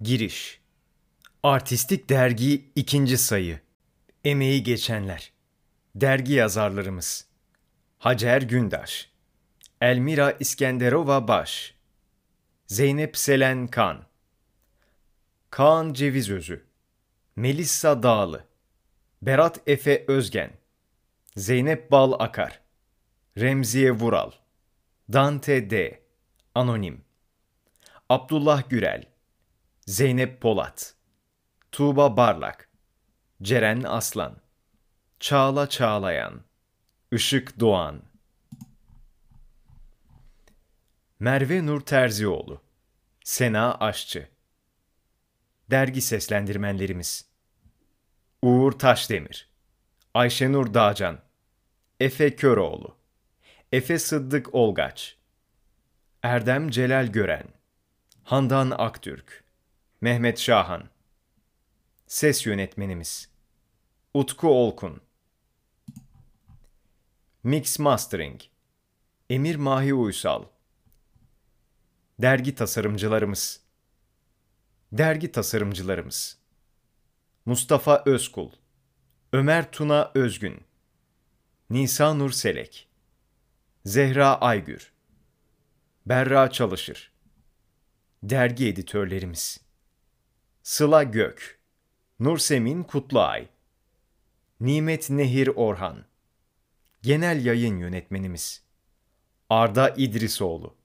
Giriş. Artistik Dergi 2. sayı. Emeği geçenler. Dergi yazarlarımız: Hacer Gündaş, Elmira İskenderova Baş, Zeynep Selen Kan, Kaan Cevizözü, Melissa Dağlı, Berat Efe Özgen, Zeynep Bal Akar, Remziye Vural, Dante D. Anonim, Abdullah Gürel, Zeynep Polat, Tuğba Barlak, Ceren Aslan, Çağla Çağlayan, Işık Doğan, Merve Nur Terzioğlu, Sena Aşçı. Dergi seslendirmenlerimiz: Uğur Taşdemir, Ayşenur Dağcan, Efe Köroğlu, Efe Sıddık Olgaç, Erdem Celal Gören, Handan Aktürk, Mehmet Şahan. Ses yönetmenimiz: Utku Olkun. Mix Mastering: Emir Mahi Uysal. Dergi tasarımcılarımız: Mustafa Özkul, Ömer Tuna Özgün, Nisa Nur Selek, Zehra Aygür, Berra Çalışır. Dergi editörlerimiz: Sıla Gök, Nursemin Kutluay, Nimet Nehir Orhan. Genel yayın yönetmenimiz: Arda İdrisoğlu.